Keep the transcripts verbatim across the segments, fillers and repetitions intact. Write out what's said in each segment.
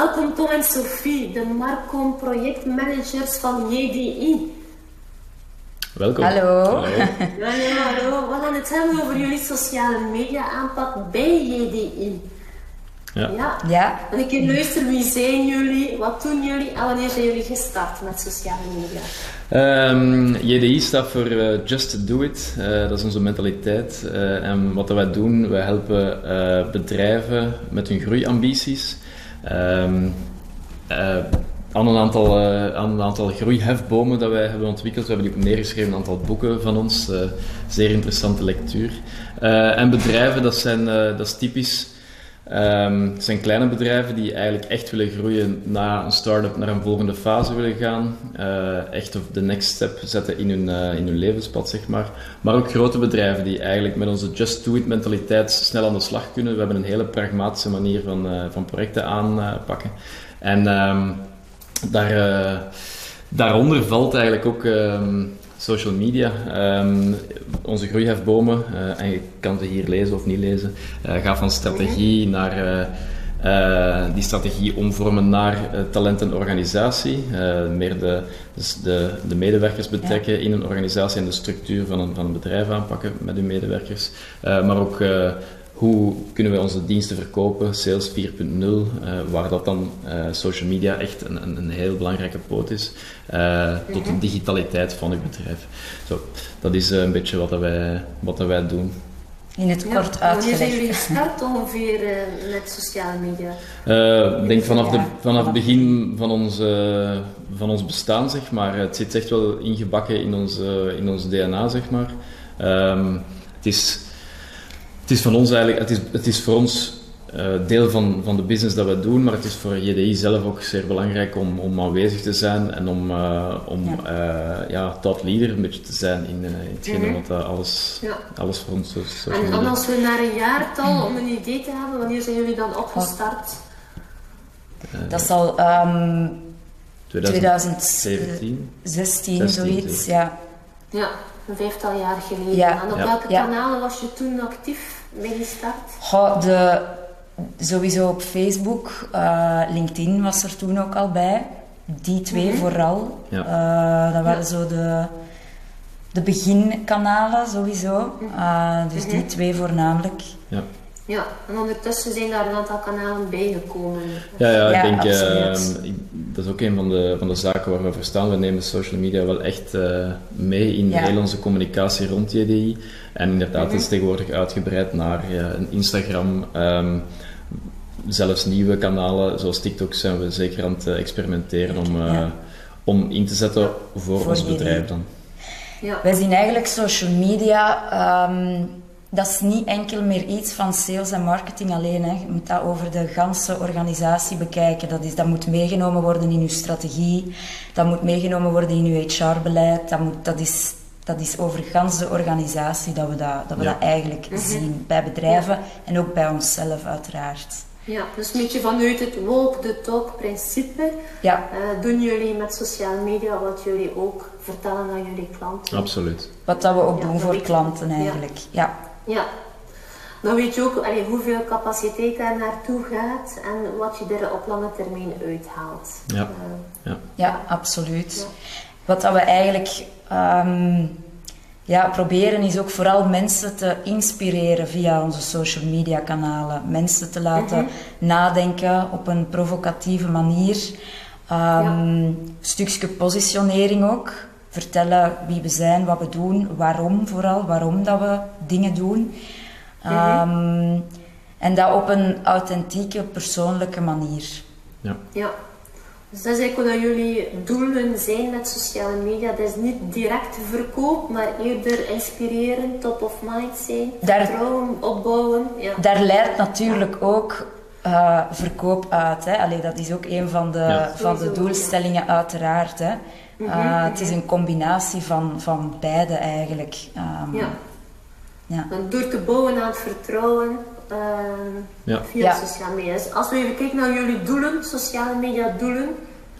welkom Tom en Sophie, de Marcom projectmanagers van J D I. Welkom. Hallo. Hallo. Ja, ja, hallo. We gaan het hebben over jullie sociale media aanpak bij J D I. Ja. Ja. Ja. En een keer luisteren, wie zijn jullie, wat doen jullie en wanneer zijn jullie gestart met sociale media? Um, J D I staat voor uh, Just Do It, uh, dat is onze mentaliteit. Uh, en wat wij doen, wij helpen uh, bedrijven met hun groeiambities. Um, uh, aan een aantal, uh, aan een aantal groeihefbomen dat wij hebben ontwikkeld. We hebben die ook neergeschreven, een aantal boeken van ons. Uh, zeer interessante lectuur. Uh, en bedrijven, dat, zijn, uh, dat is typisch. Um, het zijn kleine bedrijven die eigenlijk echt willen groeien na een start-up naar een volgende fase willen gaan. Uh, echt de next step zetten in hun, uh, in hun levenspad, zeg maar. Maar ook grote bedrijven die eigenlijk met onze Just Do It mentaliteit snel aan de slag kunnen. We hebben een hele pragmatische manier van, uh, van projecten aanpakken. En um, daar, uh, daaronder valt eigenlijk ook um, social media. Um, onze groeihefbomen, uh, en je kan ze hier lezen of niet lezen, uh, gaat van strategie naar uh, uh, die strategie omvormen naar uh, talent en organisatie. Uh, meer de, dus de, de medewerkers betrekken ja. in een organisatie en de structuur van een, van een bedrijf aanpakken met hun medewerkers. Uh, maar ook uh, hoe kunnen we onze diensten verkopen, Sales vier punt nul, uh, waar dat dan uh, social media echt een, een, een heel belangrijke poot is, uh, tot de digitaliteit van uw bedrijf. Zo, dat is uh, een beetje wat, dat wij, wat dat wij doen. In het kort ja, uitgelegd. Wanneer zijn jullie gestart ongeveer uh, met sociale media? Uh, ik denk vanaf, de, vanaf het begin van ons, uh, van ons bestaan, zeg maar. Het zit echt wel ingebakken in ons, uh, in ons D N A, zeg maar. Um, het is... Het is, van ons eigenlijk, het is, het is voor ons uh, deel van, van de business dat we doen, maar het is voor J D I zelf ook zeer belangrijk om, om aanwezig te zijn en om, uh, om ja. Uh, ja, thought leader een beetje te zijn in, uh, in hetgene mm-hmm. wat uh, alles, ja. alles voor ons is. En dan als we naar een jaartal om een idee te hebben, wanneer zijn jullie dan opgestart? Uh, dat zal um, twintig zeventien, zestien, zoiets, ja. Ja. Een vijftal jaar geleden. Ja. En op ja. welke ja. kanalen was je toen actief bij die start? Goh, de, sowieso op Facebook, uh, LinkedIn was er toen ook al bij. Die twee mm-hmm. vooral. Ja. Uh, dat waren ja. zo de, de beginkanalen sowieso. Uh, dus mm-hmm. die twee voornamelijk. Ja. Ja, en ondertussen zijn daar een aantal kanalen bijgekomen. Ja, ja, ik ja, denk, uh, absoluut. ik, dat is ook een van de, van de zaken waar we voor staan. We nemen social media wel echt uh, mee in ja. heel onze communicatie rond J D I. En inderdaad, mm-hmm. het is tegenwoordig uitgebreid naar uh, een Instagram. Um, zelfs nieuwe kanalen, zoals TikTok, zijn we zeker aan het experimenteren om, uh, ja. om in te zetten ja. voor, voor ons bedrijf dan. Ja. Wij zien eigenlijk social media... Um, Dat is niet enkel meer iets van sales en marketing alleen. Hè. Je moet dat over de ganse organisatie bekijken. Dat, is, dat moet meegenomen worden in uw strategie. Dat moet meegenomen worden in uw H R-beleid. Dat, moet, dat, is, dat is over de ganse organisatie dat we dat, dat, we ja. dat eigenlijk mm-hmm. zien. Bij bedrijven ja. en ook bij onszelf uiteraard. Ja, dus een beetje vanuit het walk the talk principe ja. uh, doen jullie met sociale media wat jullie ook vertellen aan jullie klanten. Absoluut. Wat dat we ook ja, doen voor klanten eigenlijk. Ja. Ja. Ja. Dan weet je ook allee, hoeveel capaciteit daar naartoe gaat en wat je er op lange termijn uithaalt. Ja, uh, ja. ja absoluut. Ja. Wat dat we eigenlijk um, ja, proberen is ook vooral mensen te inspireren via onze social media kanalen. Mensen te laten mm-hmm. nadenken op een provocatieve manier. Um, ja. Een stukje positionering ook. Vertellen wie we zijn, wat we doen, waarom vooral, waarom dat we dingen doen. Mm-hmm. Um, en dat op een authentieke, persoonlijke manier. Ja. Ja. Dus dat is eigenlijk wat jullie doelen zijn met sociale media. Dat is niet direct verkoop, maar eerder inspireren, top of mind zijn, daar, vertrouwen opbouwen. Ja. Daar leidt natuurlijk ook uh, verkoop uit. Hè. Allee, dat is ook een van de, ja. van de doelstellingen ja. uiteraard. Hè. Uh, mm-hmm. Het is een combinatie van, van beide eigenlijk. Um, ja. Ja. Door te bouwen aan het vertrouwen uh, ja. via ja. sociale media. Dus als we even kijken naar jullie doelen, sociale media doelen.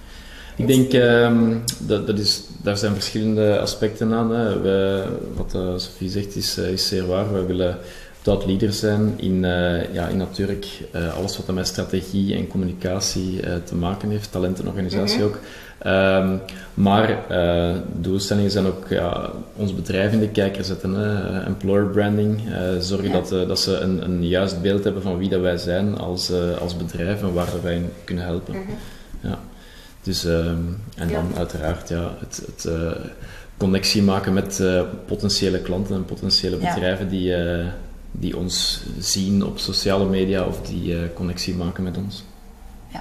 Ik denk, um, dat, dat is, daar zijn verschillende aspecten aan. Hè. We, wat uh, Sophie zegt is, uh, is zeer waar. We willen thought leaders zijn in, uh, ja, in natuurlijk uh, alles wat met strategie en communicatie uh, te maken heeft, talentenorganisatie mm-hmm. ook. Um, maar uh, doelstellingen zijn ook ja, ons bedrijf in de kijker zetten, uh, employer branding, uh, zorgen ja. dat, uh, dat ze een, een juist beeld hebben van wie dat wij zijn als, uh, als bedrijf en waar dat wij in kunnen helpen. Mm-hmm. Ja. Dus, uh, en dan ja. uiteraard ja, het, het uh, connectie maken met uh, potentiële klanten en potentiële bedrijven ja. die, uh, die ons zien op sociale media of die uh, connectie maken met ons. Ja.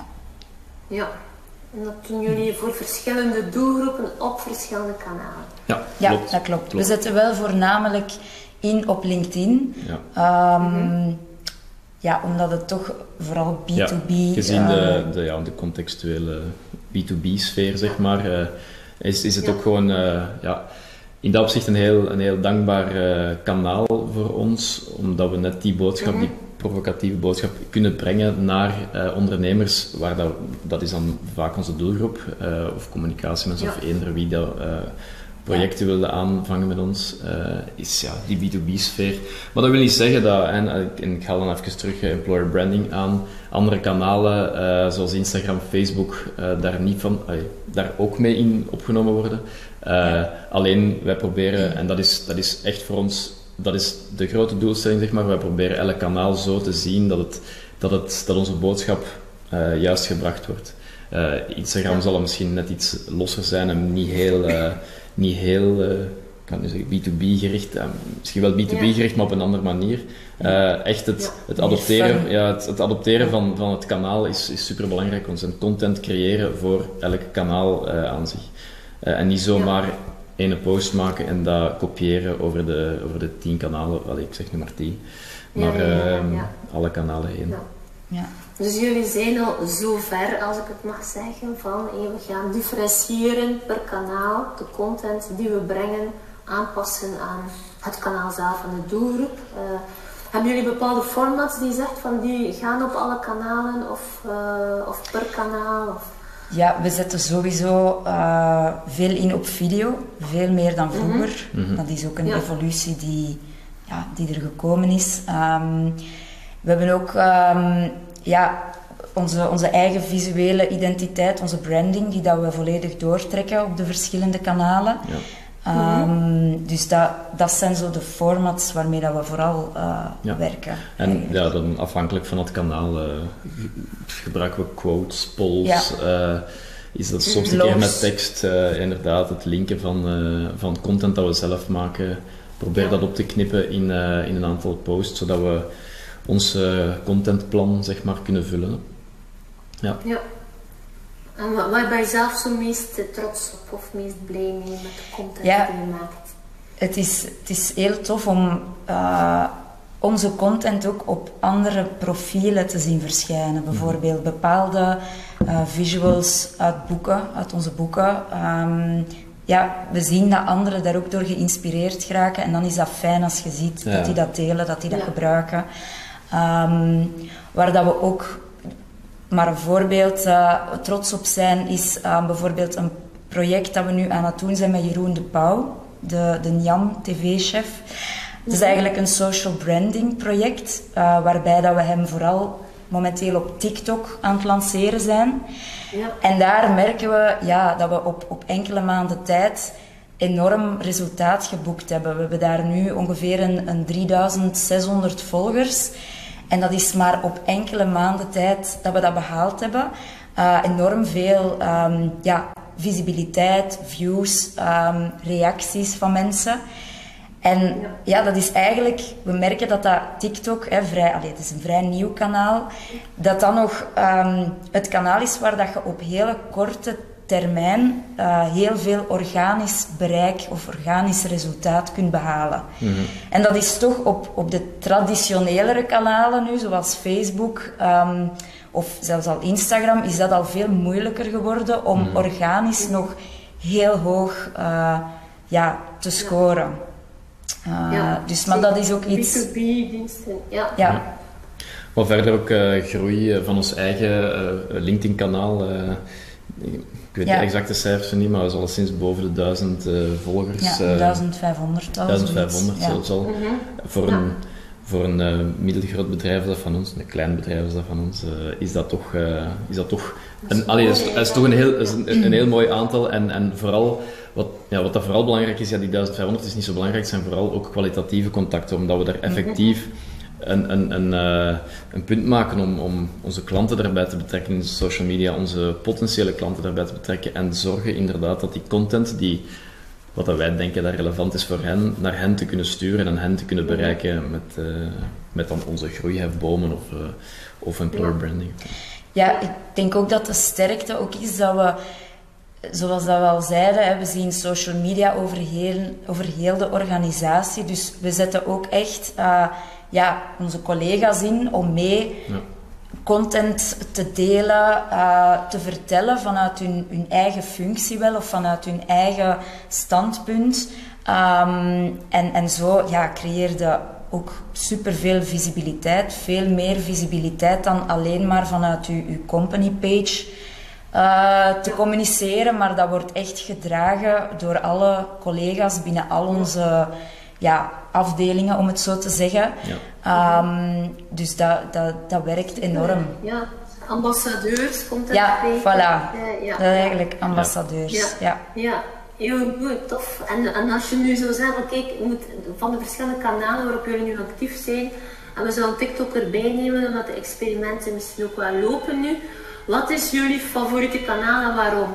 Ja. En dat doen jullie voor verschillende doelgroepen op verschillende kanalen. Ja, ja klopt. dat klopt. klopt. We zetten wel voornamelijk in op LinkedIn. Ja. Um, mm-hmm. Ja, omdat het toch vooral B twee B... Ja, gezien uh, de, de, ja, de contextuele B twee B-sfeer, zeg maar, uh, is, is het ja. ook gewoon uh, ja, in dat opzicht een heel, een heel dankbaar uh, kanaal voor ons, omdat we net die boodschap, mm-hmm. die provocatieve boodschap kunnen brengen naar uh, ondernemers, waar dat, dat is dan vaak onze doelgroep, uh, of communicatiemensen, ja. of eender wie dat... Uh, projecten ja. wilden aanvangen met ons, uh, is ja, die B twee B-sfeer. Maar dat wil niet zeggen dat, en, en ik haal dan even terug uh, employer branding aan, andere kanalen uh, zoals Instagram, Facebook, uh, daar, niet van, uh, daar ook mee in opgenomen worden. Uh, ja. Alleen, wij proberen, en dat is, dat is echt voor ons, dat is de grote doelstelling, zeg maar, wij proberen elk kanaal zo te zien dat, het, dat, het, dat onze boodschap uh, juist gebracht wordt. Uh, Instagram ja. zal misschien net iets losser zijn en niet heel... Uh, niet heel, uh, ik kan nu zeggen, B twee B gericht, uh, misschien wel B twee B ja. gericht, maar op een andere manier. Uh, echt het, ja. het adopteren, ja, het, het adopteren van, van het kanaal is, is super belangrijk. Ons en content creëren voor elk kanaal uh, aan zich. Uh, en niet zomaar ja. ene post maken en dat kopiëren over de, over de tien kanalen. Allee, ik zeg nu maar tien. Maar ja, ja, ja, ja. Uh, alle kanalen heen. Ja. Ja. Dus jullie zijn al zo ver, als ik het mag zeggen, van hey, we gaan differentiëren per kanaal, de content die we brengen, aanpassen aan het kanaal zelf en de doelgroep. Uh, hebben jullie bepaalde formats die zegt van die gaan op alle kanalen of, uh, of per kanaal? Of? Ja, we zetten sowieso uh, veel in op video, veel meer dan vroeger. Mm-hmm. Dat is ook een ja. evolutie die, ja, die er gekomen is. Um, we hebben ook... Um, Ja, onze, onze eigen visuele identiteit, onze branding, die dat we volledig doortrekken op de verschillende kanalen. Ja. Um, mm-hmm. Dus dat, dat zijn zo de formats waarmee dat we vooral uh, ja. werken. En ja, dan afhankelijk van het kanaal uh, gebruiken we quotes, polls. Ja. Uh, is dat soms een keer met tekst, uh, inderdaad, het linken van, uh, van content dat we zelf maken. Probeer ja. dat op te knippen in, uh, in een aantal posts, zodat we ons uh, contentplan, zeg maar, kunnen vullen. Ja. ja. En waar ben je zelf zo meest trots op of meest blij mee met de content ja. die je maakt? Het is, het is heel tof om uh, onze content ook op andere profielen te zien verschijnen. Bijvoorbeeld bepaalde uh, visuals uit boeken, uit onze boeken. Um, ja, we zien dat anderen daar ook door geïnspireerd geraken en dan is dat fijn als je ziet ja. dat die dat delen, dat die dat ja. gebruiken. Um, waar dat we ook, maar een voorbeeld, uh, trots op zijn, is uh, bijvoorbeeld een project dat we nu aan het doen zijn met Jeroen de Pauw, de, de Njan T V-chef. Het is eigenlijk een social branding project, uh, waarbij dat we hem vooral momenteel op TikTok aan het lanceren zijn. Ja. En daar merken we ja, dat we op, op enkele maanden tijd enorm resultaat geboekt hebben. We hebben daar nu ongeveer een, een drieduizend zeshonderd volgers. En dat is maar op enkele maanden tijd dat we dat behaald hebben. Uh, enorm veel um, ja, visibiliteit, views, um, reacties van mensen. En ja, dat is eigenlijk, we merken dat dat TikTok, hè, vrij, allee, het is een vrij nieuw kanaal, dat dat nog um, het kanaal is waar dat je op hele korte termijn uh, heel veel organisch bereik of organisch resultaat kunt behalen. Mm-hmm. En dat is toch op, op de traditionelere kanalen nu, zoals Facebook um, of zelfs al Instagram, is dat al veel moeilijker geworden om mm-hmm. organisch nog heel hoog uh, ja, te scoren. Uh, ja, dus, maar dat is ook iets... B twee B-diensten, ja. ja. Maar verder ook uh, groei van ons eigen uh, LinkedIn-kanaal. Uh, ik weet ja. de exacte cijfers niet, maar we zijn al sinds boven de duizend uh, volgers. Ja, duizend vijfhonderd. duizend vijfhonderd zelfs al. Mm-hmm. Voor, ja. een, voor een uh, middelgroot bedrijf als dat van ons, een klein bedrijf als dat van ons, uh, is dat toch, uh, is dat toch, een, dat allee, is, is toch een, heel, is een, een heel mooi aantal. En, en vooral, wat, ja, wat dat vooral belangrijk is, ja, die duizend vijfhonderd is niet zo belangrijk, zijn vooral ook kwalitatieve contacten, omdat we daar effectief een, een, een, uh, een punt maken om, om onze klanten daarbij te betrekken in social media, onze potentiële klanten daarbij te betrekken en zorgen inderdaad dat die content die wat dat wij denken dat relevant is voor hen, naar hen te kunnen sturen en hen te kunnen bereiken met, uh, met dan onze groeihefbomen of, uh, of employer branding. Ja, ik denk ook dat de sterkte ook is dat we, zoals dat we al zeiden, hè, we zien social media over heel, over heel de organisatie. Dus we zetten ook echt uh, ja, onze collega's in om mee ja. content te delen, uh, te vertellen vanuit hun, hun eigen functie wel, of vanuit hun eigen standpunt. Um, en, en zo ja, creëerde ook superveel visibiliteit, veel meer visibiliteit dan alleen maar vanuit uw, uw company page uh, te communiceren, maar dat wordt echt gedragen door alle collega's binnen al onze ja, afdelingen, om het zo te zeggen. Ja. Um, dus dat, dat, dat werkt enorm. Ja, ambassadeurs komt er ja, bij. Voilà. Uh, ja, dat eigenlijk ambassadeurs. Ja, ja. ja. Heel goed, tof. En, en als je nu zou zeggen, kijk, je moet van de verschillende kanalen waarop jullie nu actief zijn, en we zouden TikTok erbij nemen, omdat de experimenten misschien ook wel lopen nu. Wat is jullie favoriete kanaal en waarom?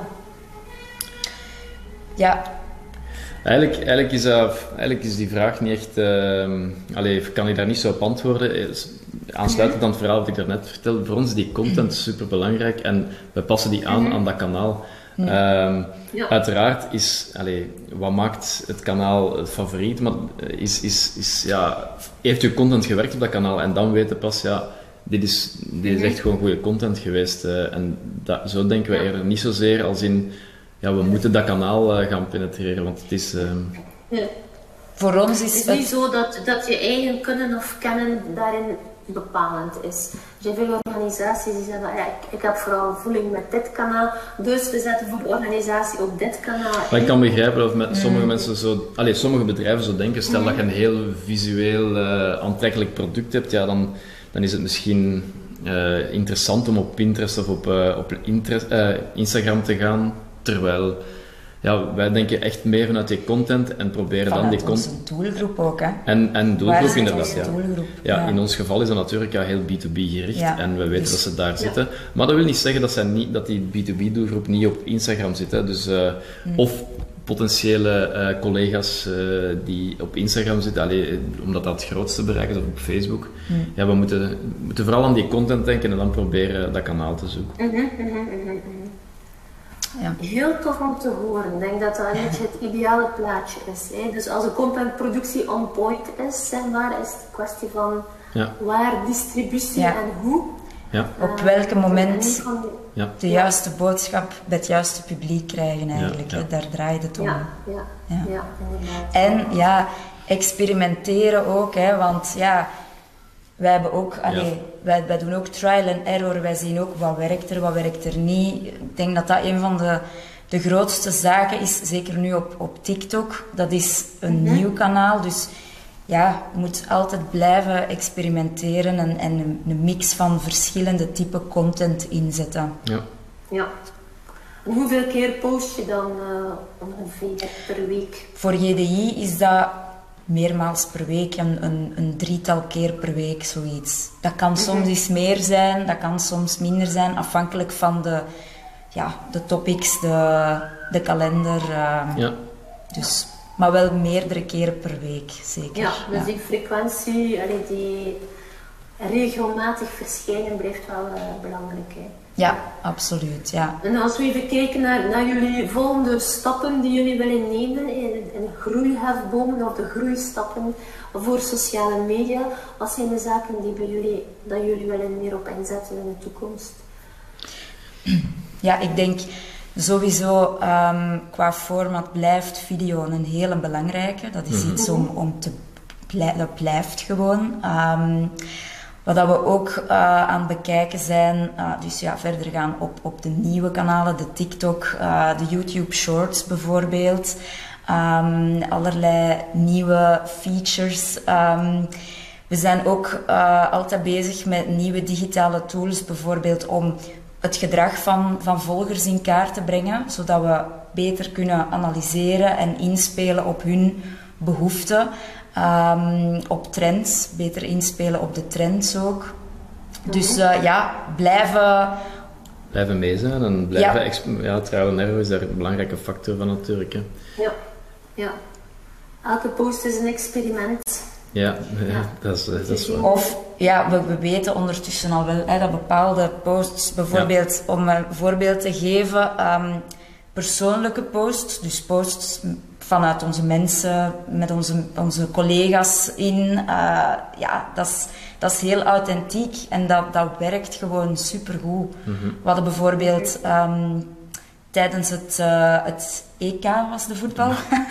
Ja. Eigenlijk, eigenlijk, is, dat, eigenlijk is die vraag niet echt... Uh, allee, kan ik daar niet zo op antwoorden. Aansluitend aan het verhaal dat ik daarnet vertelde, voor ons is die content super belangrijk en we passen die aan aan dat kanaal. Ja. Um, ja. Uiteraard is, allee, wat maakt het kanaal het favoriet, maar is, is, is, ja, heeft uw content gewerkt op dat kanaal en dan weten pas, ja, dit is, dit is echt gewoon goede content geweest. Uh, en dat, zo denken we eerder niet zozeer als in, ja, we moeten dat kanaal uh, gaan penetreren, want het is... Um... Ja. Voor ons is het is niet zo dat, dat je eigen kunnen of kennen daarin bepalend is. Er zijn veel organisaties die zeggen, ja, ik, ik heb vooral voeling met dit kanaal, dus we zetten voor de organisatie op dit kanaal. Maar ik kan begrijpen dat met sommige mm. mensen zo, allez, sommige bedrijven zo denken, stel mm. dat je een heel visueel uh, aantrekkelijk product hebt, ja, dan, dan is het misschien uh, interessant om op Pinterest of op, uh, op interest, uh, Instagram te gaan, terwijl ja, wij denken echt meer vanuit die content en proberen vanuit dan die content... onze doelgroep ook, hè. En, en doelgroep inderdaad, ja. Doelgroep? Ja, ja. In ons geval is dat natuurlijk ja, heel B twee B gericht ja. en we weten dus, dat ze daar ja. zitten. Maar dat wil niet zeggen dat, zij niet, dat die B twee B doelgroep niet op Instagram zit. Hè. Dus, uh, hmm. Of potentiële uh, collega's uh, die op Instagram zitten, allee, omdat dat het grootste bereik is, of op Facebook. Hmm. Ja, we moeten, we moeten vooral aan die content denken en dan proberen dat kanaal te zoeken. Mm-hmm, mm-hmm, mm-hmm. Ja. Heel tof om te horen. Ik denk dat dat een beetje het ideale plaatje is. Hè. Dus als de contentproductie on point is, zeg maar, is het een kwestie van ja. waar, distributie ja. en hoe. Ja. Uh, Op welk moment ja. de juiste boodschap bij het juiste publiek krijgen eigenlijk. Ja. Ja. Daar draait het om. Ja, ja. Ja. Ja, en ja, experimenteren ook, hè, want ja... Wij, hebben ook, allee, ja. wij, wij doen ook trial and error, wij zien ook wat werkt er, wat werkt er niet. Ik denk dat dat een van de, de grootste zaken is, zeker nu op, op TikTok. Dat is een mm-hmm. nieuw kanaal, dus ja, je moet altijd blijven experimenteren en, en een, een mix van verschillende typen content inzetten. Ja. Ja. En hoeveel keer post je dan uh, ongeveer per week? Voor J D I is dat... meermaals per week, een, een, een drietal keer per week, zoiets. Dat kan soms mm-hmm. iets meer zijn, dat kan soms minder zijn, afhankelijk van de, ja, de topics, de, de kalender. Uh, ja. Dus, maar wel meerdere keren per week, zeker. Ja, dus ja. die frequentie, die regelmatig verschijnen, blijft wel uh, belangrijk. Hè? Ja, absoluut. Ja. En als we even kijken naar, naar jullie volgende stappen die jullie willen nemen in, in groeihefbomen of de groeistappen voor sociale media, wat zijn de zaken die bij jullie, dat jullie willen meer op inzetten in de toekomst? Ja, ik denk sowieso um, qua format blijft video een hele belangrijke. Dat is mm-hmm. iets om, om te blij, dat blijft gewoon. Um, Wat dat we ook uh, aan het bekijken zijn, uh, dus ja, verder gaan op, op de nieuwe kanalen, de TikTok, uh, de YouTube Shorts bijvoorbeeld. Um, allerlei nieuwe features. Um, we We zijn ook uh, altijd bezig met nieuwe digitale tools, bijvoorbeeld om het gedrag van, van volgers in kaart te brengen, zodat we beter kunnen analyseren en inspelen op hun behoeften, um, op trends, beter inspelen op de trends ook. Dus uh, ja, blijven... Blijven mee zijn en blijven... Ja. Exp- ja, trial and error is daar een belangrijke factor van natuurlijk. Hè. Ja, ja. Elke post is een experiment. Ja, ja. dat is, dat is waar. Of, ja, we, we weten ondertussen al wel hè, dat bepaalde posts, bijvoorbeeld, ja. om een voorbeeld te geven, um, persoonlijke posts, dus posts vanuit onze mensen, met onze, onze collega's in, uh, ja, dat is, dat is heel authentiek en dat, dat werkt gewoon supergoed. Mm-hmm. We hadden bijvoorbeeld um, tijdens het, uh, het E K, was de voetbal,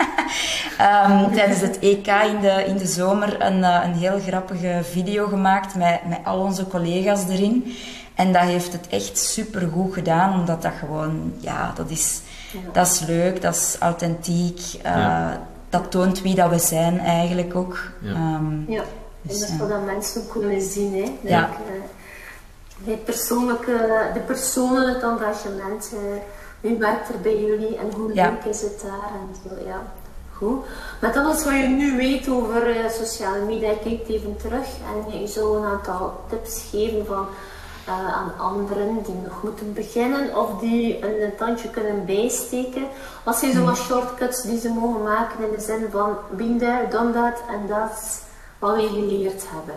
um, tijdens het E K in de, in de zomer een, uh, een heel grappige video gemaakt met, met al onze collega's erin. En dat heeft het echt supergoed gedaan, omdat dat gewoon, ja, dat is, ja. dat is leuk, dat is authentiek. Uh, ja. Dat toont wie dat we zijn eigenlijk ook. Ja, um, ja. Dus, en dat is wat dat mensen ook kunnen zien, hè. Ja. Like, uh, het persoonlijke, de personen, het engagement. Uh, wie werkt er bij jullie en hoe ja. leuk is het daar? En zo, ja. Goed. Met alles wat je nu weet over uh, sociale media, kijk even terug en je zou een aantal tips geven van, uh, aan anderen die nog moeten beginnen of die een, een tandje kunnen bijsteken. Wat zijn zo wat shortcuts die ze mogen maken in de zin van been there, done that en dat is wat we geleerd hebben?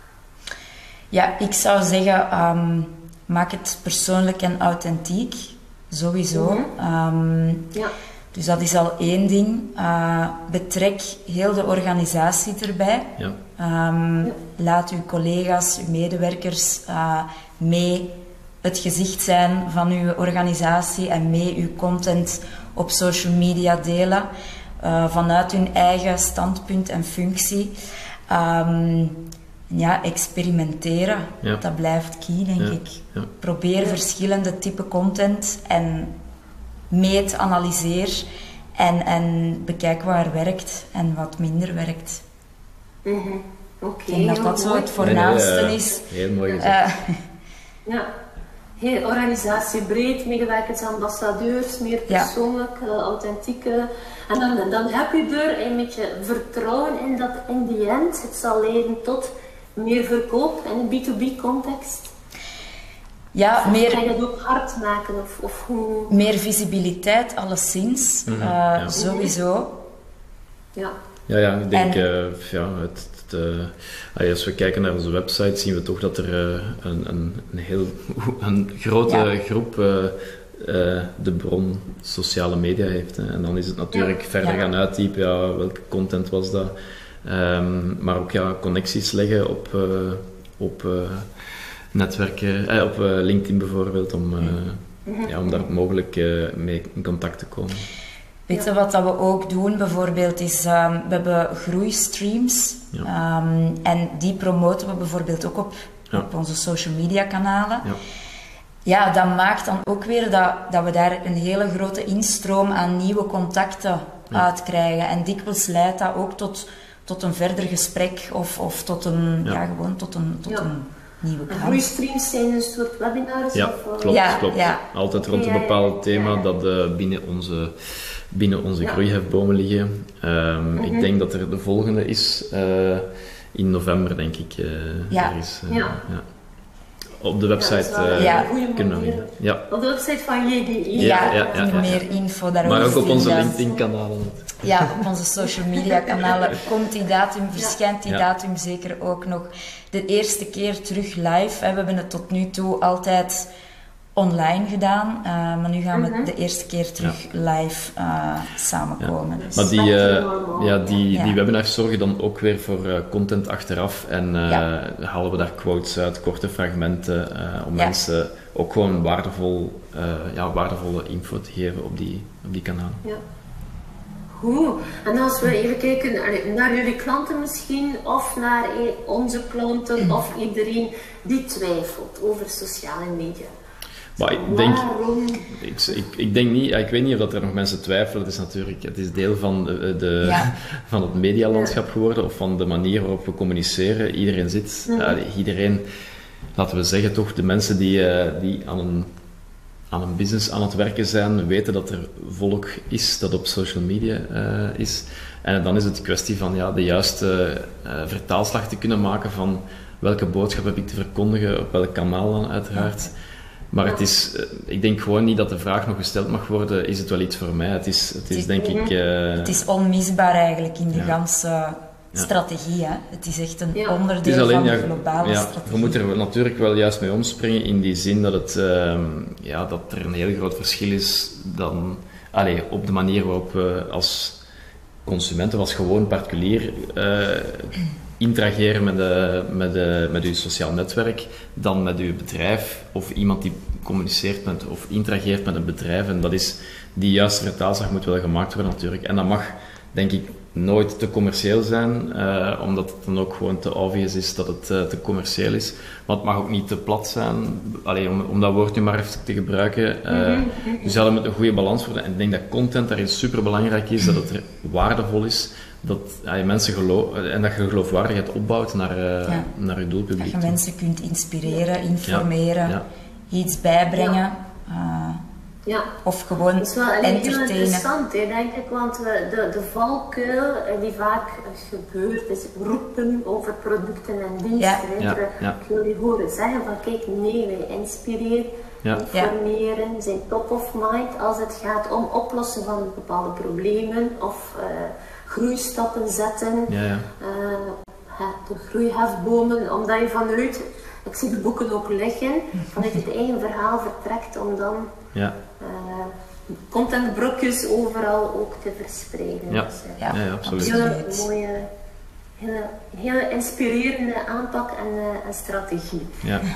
Ja, ik zou zeggen, um, maak het persoonlijk en authentiek. Sowieso. Mm-hmm. Um, ja. Dus dat is al één ding. Uh, betrek heel de organisatie erbij. Ja. Um, ja. Laat uw collega's, uw medewerkers uh, mee het gezicht zijn van uw organisatie en mee uw content op social media delen. Uh, vanuit hun eigen standpunt en functie. Um, Ja, experimenteren, ja. dat blijft key, denk ja. ik. Ja. Probeer verschillende typen content en meet, analyseer en, en bekijk wat er werkt en wat minder werkt. Mm-hmm. Okay, ik denk dat dat zo het voornaamste nee, nee, is. Heel mooi gezegd. Uh, ja, heel organisatiebreed, medewerkersambassadeurs, meer persoonlijk, ja. uh, authentieke. En dan, dan heb je er een beetje vertrouwen in dat in the end het zal leiden tot meer verkoop in een B twee B context? Ja, of meer... Ga je dat ook hard maken? Of, of hoe... Meer visibiliteit, alleszins. Mm-hmm, uh, ja. Sowieso. Ja. Ja, ja, ik denk... En... Uh, ja, het, het, uh, als we kijken naar onze website, zien we toch dat er uh, een, een, een heel een grote ja. groep uh, uh, de bron sociale media heeft. Hè. En dan is het natuurlijk ja. verder ja. gaan uittypen, ja, welke content was dat? Um, maar ook ja, connecties leggen op, uh, op uh, netwerken, eh, op uh, LinkedIn bijvoorbeeld, om, uh, mm-hmm. ja, om daar mogelijk uh, mee in contact te komen. Weet je wat dat we ook doen bijvoorbeeld is, um, we hebben groeistreams ja. um, en die promoten we bijvoorbeeld ook op, ja. op onze social media kanalen. Ja. Ja, dat maakt dan ook weer dat, dat we daar een hele grote instroom aan nieuwe contacten ja. uit krijgen en dikwijls leidt dat ook tot tot een verder gesprek of, of tot een, ja. ja, gewoon tot een, tot ja. een nieuwe kans. Groeistreams zijn een soort webinars? Ja, of, klopt, ja, klopt. Ja. Altijd rond een bepaald thema ja, ja. dat uh, binnen onze, binnen onze ja. groeihefbomen liggen. Um, mm-hmm. Ik denk dat er de volgende is uh, in november, denk ik. Uh, ja. Er is, uh, ja. ja. Op de website ja, uh, ja. kunnen we. Ja. Op de website van J D I. Ja, ja, ja, ja, ja. meer info daarover. Maar ook op onze LinkedIn-kanalen. Ja, op onze social media kanalen komt die datum, verschijnt die ja. datum zeker ook nog. De eerste keer terug live. Hè. We hebben het tot nu toe altijd online gedaan, uh, maar nu gaan we mm-hmm. de eerste keer terug ja. live uh, samenkomen. Ja. Dus. Maar die, uh, ja, die, ja. die webinars zorgen dan ook weer voor uh, content achteraf en uh, ja. halen we daar quotes uit, korte fragmenten, uh, om ja. mensen ook gewoon waardevol, uh, ja, waardevolle info te geven op die, op die kanalen. Ja. Goed, en als we even kijken naar jullie klanten misschien, of naar onze klanten, of iedereen die twijfelt over sociale media. Maar ik denk, Waarom? ik, ik, ik denk niet, ik weet niet of dat er nog mensen twijfelen. Het is natuurlijk, het is deel van, de, de Ja. van het medialandschap geworden, of van de manier waarop we communiceren. Iedereen zit, Mhm. uh, iedereen, laten we zeggen toch, de mensen die, uh, die aan een aan een business aan het werken zijn, weten dat er volk is dat op social media uh, is. En dan is het kwestie van ja, de juiste uh, vertaalslag te kunnen maken van welke boodschap heb ik te verkondigen, op welk kanaal dan uiteraard. Maar het is, uh, ik denk gewoon niet dat de vraag nog gesteld mag worden, is het wel iets voor mij? Het is, het is denk ik... Uh, het is onmisbaar eigenlijk in de ja. ganse Ja. strategie. Hè? Het is echt een Ja. onderdeel Het is alleen, van de ja, globale ja, strategie. je moet er natuurlijk wel juist mee omspringen in die zin dat, het, uh, ja, dat er een heel groot verschil is dan, allez, op de manier waarop we als consumenten, als gewoon particulier uh, interageren met, de, met, de, met uw sociaal netwerk dan met uw bedrijf of iemand die communiceert met of interageert met een bedrijf. En dat is, die juiste vertaalslag moet wel gemaakt worden natuurlijk. En dat mag, denk ik, nooit te commercieel zijn, uh, omdat het dan ook gewoon te obvious is dat het uh, te commercieel is. Maar het mag ook niet te plat zijn, allee, om, om dat woord nu maar even te gebruiken. Uh, mm-hmm. Dus dat moet een goede balans worden. En ik denk dat content daarin super belangrijk is, dat het er waardevol is, dat uh, mensen geloof, en dat je geloofwaardigheid opbouwt naar, uh, ja. naar je doelpubliek. Dat je mensen kunt inspireren, informeren, ja. Ja. iets bijbrengen. Ja. Uh, Ja. Of gewoon dat is wel entertainen. heel interessant, hè, denk ik, want we, de, de valkuil die vaak gebeurt is roepen over producten en diensten. Ja. Ja. Ja. Ik wil je horen zeggen van kijk, nee, wij inspireren, ja. informeren, zijn top of mind als het gaat om oplossen van bepaalde problemen of uh, groeistappen zetten. Ja, ja. Uh, de groeihefbomen, omdat je vanuit, ik zie de boeken ook liggen, vanuit het eigen verhaal vertrekt om dan ja. uh, contentbrokjes overal ook te verspreiden. Ja, dus, uh, ja, ja, absoluut. Een hele mooie, hele, hele inspirerende aanpak en, uh, en strategie. Ja. Uh,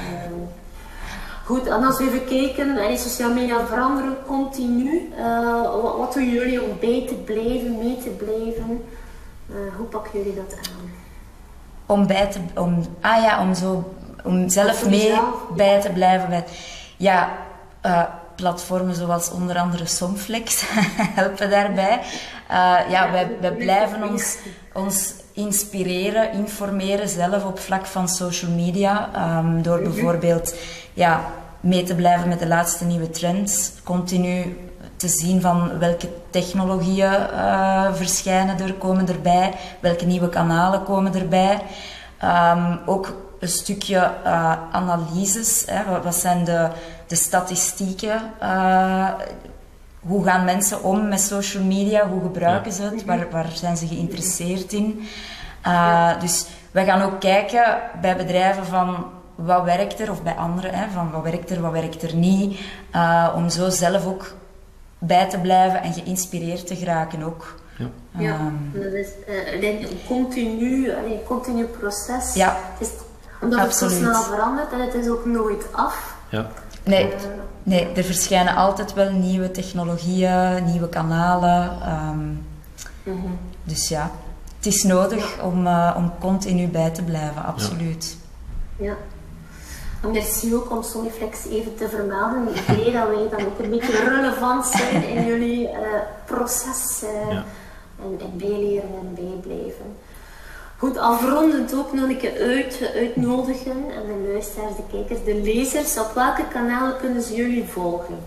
goed, en als we even kijken, en sociale media veranderen continu. Uh, wat, wat doen jullie om bij te blijven, mee te blijven? Uh, hoe pakken jullie dat aan? Om bij te... Om, ah ja, om zo... Om zelf mee jezelf. bij te blijven. Bij, ja, uh, platformen zoals onder andere Somflex helpen daarbij. Uh, ja, wij, wij blijven ons, ons inspireren, informeren zelf op vlak van social media. Um, door bijvoorbeeld ja, mee te blijven met de laatste nieuwe trends. Continu te zien van welke technologieën uh, verschijnen er, komen erbij. Welke nieuwe kanalen komen erbij. Um, ook een stukje uh, analyses. Hè. Wat, wat zijn de, de statistieken? Uh, hoe gaan mensen om met social media? Hoe gebruiken ze het? Waar, waar zijn ze geïnteresseerd in? Uh, dus we gaan ook kijken bij bedrijven van wat werkt er, of bij anderen, hè, van wat werkt er, wat werkt er niet. Uh, om zo zelf ook bij te blijven en geïnspireerd te geraken ook. Ja, ja um, dat is uh, denk een continu, een continu proces. Ja. Het is, omdat absoluut. Het zo snel verandert en het is ook nooit af. Ja. Nee, uh, nee, er verschijnen altijd wel nieuwe technologieën, nieuwe kanalen. Um, mm-hmm. Dus ja, het is nodig ja. om, uh, om continu bij te blijven, absoluut. Ja. ja. En merci ook om Somflex even te vermelden. Ik weet dat wij dan ook een beetje relevant zijn in jullie uh, proces uh, ja. en, en bijleren en bijblijven. Goed, afrondend ook nog een keer uit, uitnodigen en de luisteraars, de kijkers, de lezers. Op welke kanalen kunnen ze jullie volgen?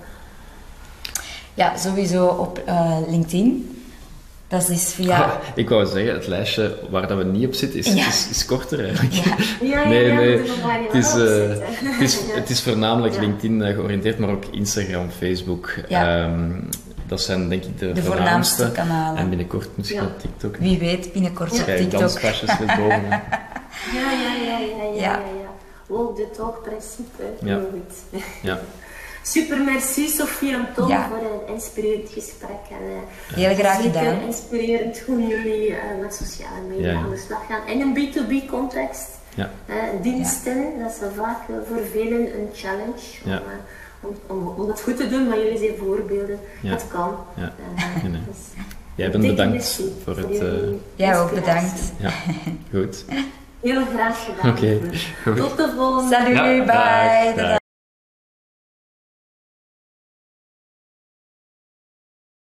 Ja, sowieso op uh, LinkedIn. Dat is via... Oh, ik wou zeggen, het lijstje waar dat we niet op zitten is, ja. is, is korter eigenlijk. Ja. Ja, nee, ja, nee. Het is, uh, het, is, ja. het is voornamelijk ja. LinkedIn uh, georiënteerd, maar ook Instagram, Facebook. Ja. Um, dat zijn denk ik de, de voornaamste. voornaamste kanalen. En binnenkort misschien ja. op TikTok. Wie weet, binnenkort ja. op TikTok. Danspasjes met boven. Ja, ja, ja, ja, ja, ja. ja, ja. Walk the talk principe. Ja. Goed. Ja. Super, merci Sophie en Tom ja. voor een inspirerend gesprek. En, uh, heel graag gedaan. Zeker inspirerend hoe jullie uh, met sociale media ja. aan de slag gaan. In een B twee B context. Ja. Uh, diensten, ja. dat is vaak uh, voor velen een challenge. Ja. Om, uh, om, om, om dat goed te doen, maar jullie zijn voorbeelden. Ja. Het kan. Ja. Uh, nee, nee. Dus, jij bent bedankt voor het... Uh... Jij ook bedankt. Ja, goed. Heel graag gedaan. Oké, okay. Tot de volgende. Salut, ja, bye. Dag, dag.